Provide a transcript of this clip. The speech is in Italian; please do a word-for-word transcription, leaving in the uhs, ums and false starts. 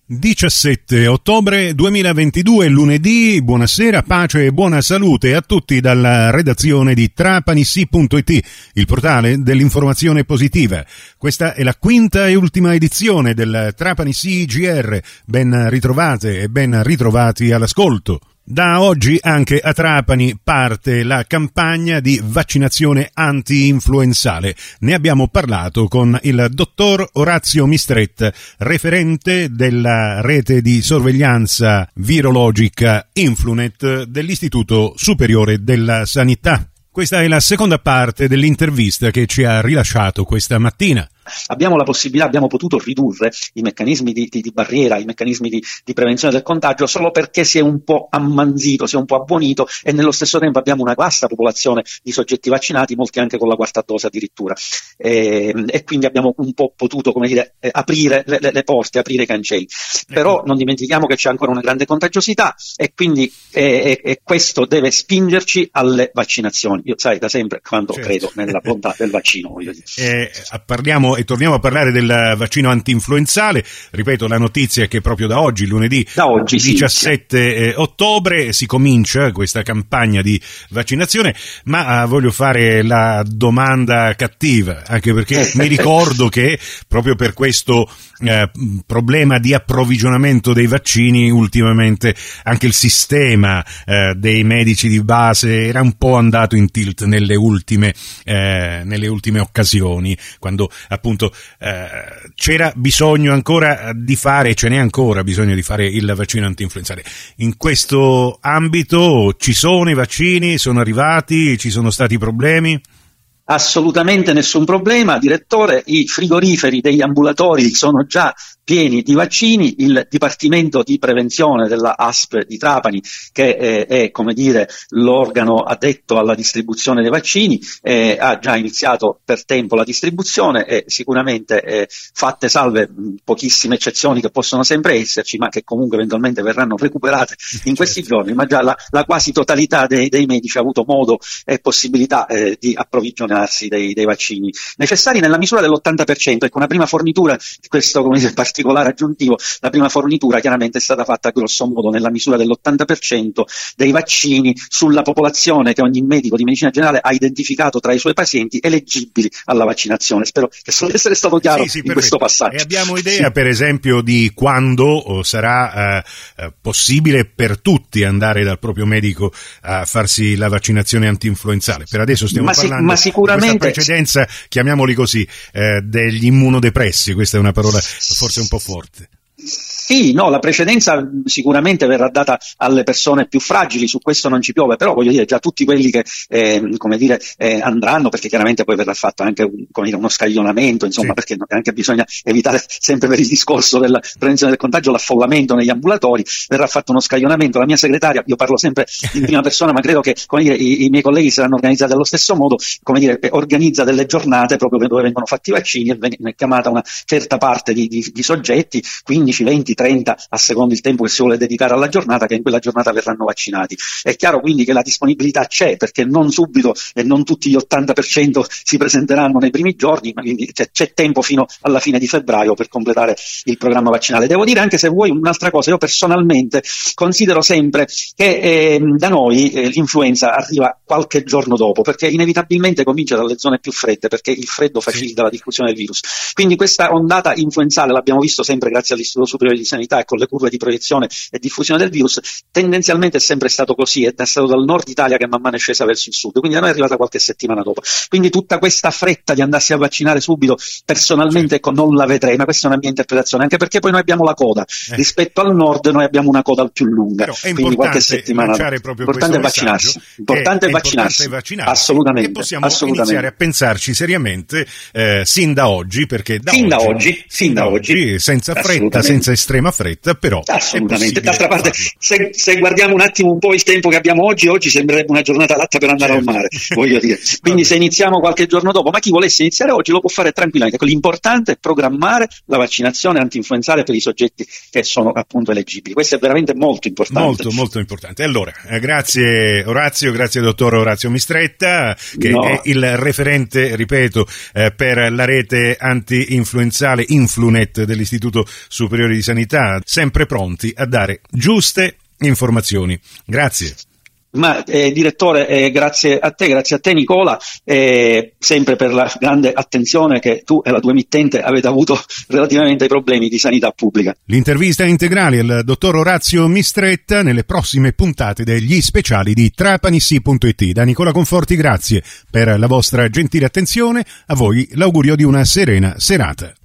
diciassette ottobre duemilaventidue, lunedì. Buonasera, pace e buona salute a tutti dalla redazione di Trapanissi punto it, il portale dell'informazione positiva. Questa è la quinta e ultima edizione del Trapanissi G R. Ben ritrovate e ben ritrovati all'ascolto. Da oggi anche a Trapani parte la campagna di vaccinazione anti-influenzale. Ne abbiamo parlato con il dottor Orazio Mistretta, referente della rete di sorveglianza virologica Influnet dell'Istituto Superiore della Sanità. Questa è la seconda parte dell'intervista che ci ha rilasciato questa mattina. Abbiamo la possibilità, abbiamo potuto ridurre i meccanismi di, di, di barriera, i meccanismi di, di prevenzione del contagio solo perché si è un po' ammanzito, si è un po' abbonito e nello stesso tempo abbiamo una vasta popolazione di soggetti vaccinati, molti anche con la quarta dose addirittura, e, e quindi abbiamo un po' potuto, come dire, aprire le, le porte, aprire i cancelli. Però non dimentichiamo che c'è ancora una grande contagiosità e quindi e, e questo deve spingerci alle vaccinazioni. Io sai da sempre quando certo. credo nella bontà del vaccino. Voglio dire. Eh, parliamo e torniamo a parlare del vaccino anti-influenzale. Ripeto, la notizia è che proprio da oggi, lunedì da oggi, diciassette sì. ottobre, si comincia questa campagna di vaccinazione, ma uh, voglio fare la domanda cattiva, anche perché mi ricordo che proprio per questo uh, problema di approvvigionamento dei vaccini ultimamente anche il sistema uh, dei medici di base era un po' andato in tilt nelle ultime, uh, nelle ultime occasioni, quando appunto eh, c'era bisogno ancora di fare, ce n'è ancora bisogno di fare il vaccino antinfluenzale. In questo ambito ci sono i vaccini, sono arrivati, ci sono stati problemi? Assolutamente nessun problema, direttore. I frigoriferi degli ambulatori sono già pieni di vaccini. Il Dipartimento di Prevenzione della A S P di Trapani, che è, è come dire l'organo addetto alla distribuzione dei vaccini, eh, ha già iniziato per tempo la distribuzione e sicuramente eh, fatte salve mh, pochissime eccezioni che possono sempre esserci, ma che comunque eventualmente verranno recuperate in questi certo. giorni, ma già la, la quasi totalità dei, dei medici ha avuto modo e possibilità eh, di approvvigionarsi dei, dei vaccini necessari nella misura dell'ottanta per cento. Ecco, una prima fornitura, questo come dire, particolare aggiuntivo, la prima fornitura chiaramente è stata fatta grosso modo nella misura dell'ottanta per cento dei vaccini sulla popolazione che ogni medico di medicina generale ha identificato tra i suoi pazienti eleggibili alla vaccinazione. Spero che so di essere stato chiaro sì, sì, in perfetto. questo passaggio. E abbiamo idea, sì. per esempio, di quando sarà eh, possibile per tutti andare dal proprio medico a farsi la vaccinazione antinfluenzale? Per adesso stiamo ma parlando si, ma sicuramente di questa precedenza, chiamiamoli così, eh, degli immunodepressi. Questa è una parola forse un po' forte. Sì, no, la precedenza sicuramente verrà data alle persone più fragili, su questo non ci piove, però voglio dire già tutti quelli che eh, come dire eh, andranno, perché chiaramente poi verrà fatto anche un, come dire, uno scaglionamento, insomma, sì. perché anche bisogna evitare sempre per il discorso della prevenzione del contagio l'affollamento negli ambulatori, verrà fatto uno scaglionamento. La mia segretaria, io parlo sempre in prima persona, ma credo che come dire, i, i miei colleghi saranno organizzati allo stesso modo, come dire, organizza delle giornate proprio dove vengono fatti i vaccini e viene chiamata una certa parte di, di, di soggetti, quindici, venti, trenta a secondo il tempo che si vuole dedicare alla giornata, che in quella giornata verranno vaccinati. È chiaro quindi che la disponibilità c'è, perché non subito e non tutti gli ottanta per cento si presenteranno nei primi giorni, ma quindi c'è, c'è tempo fino alla fine di febbraio per completare il programma vaccinale. Devo dire anche, se vuoi, un'altra cosa: io personalmente considero sempre che eh, da noi eh, l'influenza arriva qualche giorno dopo, perché inevitabilmente comincia dalle zone più fredde, perché il freddo facilita sì. la diffusione del virus. Quindi questa ondata influenzale l'abbiamo visto sempre grazie all'Istituto Superiore di Sanità e con le curve di proiezione e diffusione del virus, tendenzialmente è sempre stato così, è stato dal nord Italia che man mano è scesa verso il sud, quindi a noi è arrivata qualche settimana dopo. Quindi tutta questa fretta di andarsi a vaccinare subito, personalmente ecco, non la vedrei, ma questa è una mia interpretazione, anche perché poi noi abbiamo la coda, eh. rispetto al nord noi abbiamo una coda più lunga, quindi qualche settimana dopo. Importante è vaccinarsi, importante è vaccinarsi, vaccinarsi, assolutamente. E possiamo assolutamente. iniziare a pensarci seriamente eh, sin da oggi, perché da fin oggi, da oggi, fin da oggi, senza fretta, senza estrema fretta, però assolutamente. D'altra parte, se, se guardiamo un attimo un po' il tempo che abbiamo oggi, oggi sembrerebbe una giornata adatta per andare certo. al mare, voglio dire. Quindi se iniziamo qualche giorno dopo, ma chi volesse iniziare oggi lo può fare tranquillamente. L'importante è programmare la vaccinazione antinfluenzale per i soggetti che sono appunto eleggibili. Questo è veramente molto importante. Molto, molto importante. Allora, eh, grazie Orazio, grazie dottor Orazio Mistretta, che no. è il referente, ripeto, eh, per la rete anti-influenzale Influnet dell'Istituto Superiore Superiore di Sanità, sempre pronti a dare giuste informazioni. Grazie. Ma eh, direttore, eh, grazie a te, grazie a te Nicola, eh, sempre per la grande attenzione che tu e la tua emittente avete avuto relativamente ai problemi di sanità pubblica. L'intervista integrale al dottor Orazio Mistretta nelle prossime puntate degli speciali di Trapanissi punto it. Da Nicola Conforti grazie per la vostra gentile attenzione, a voi l'augurio di una serena serata.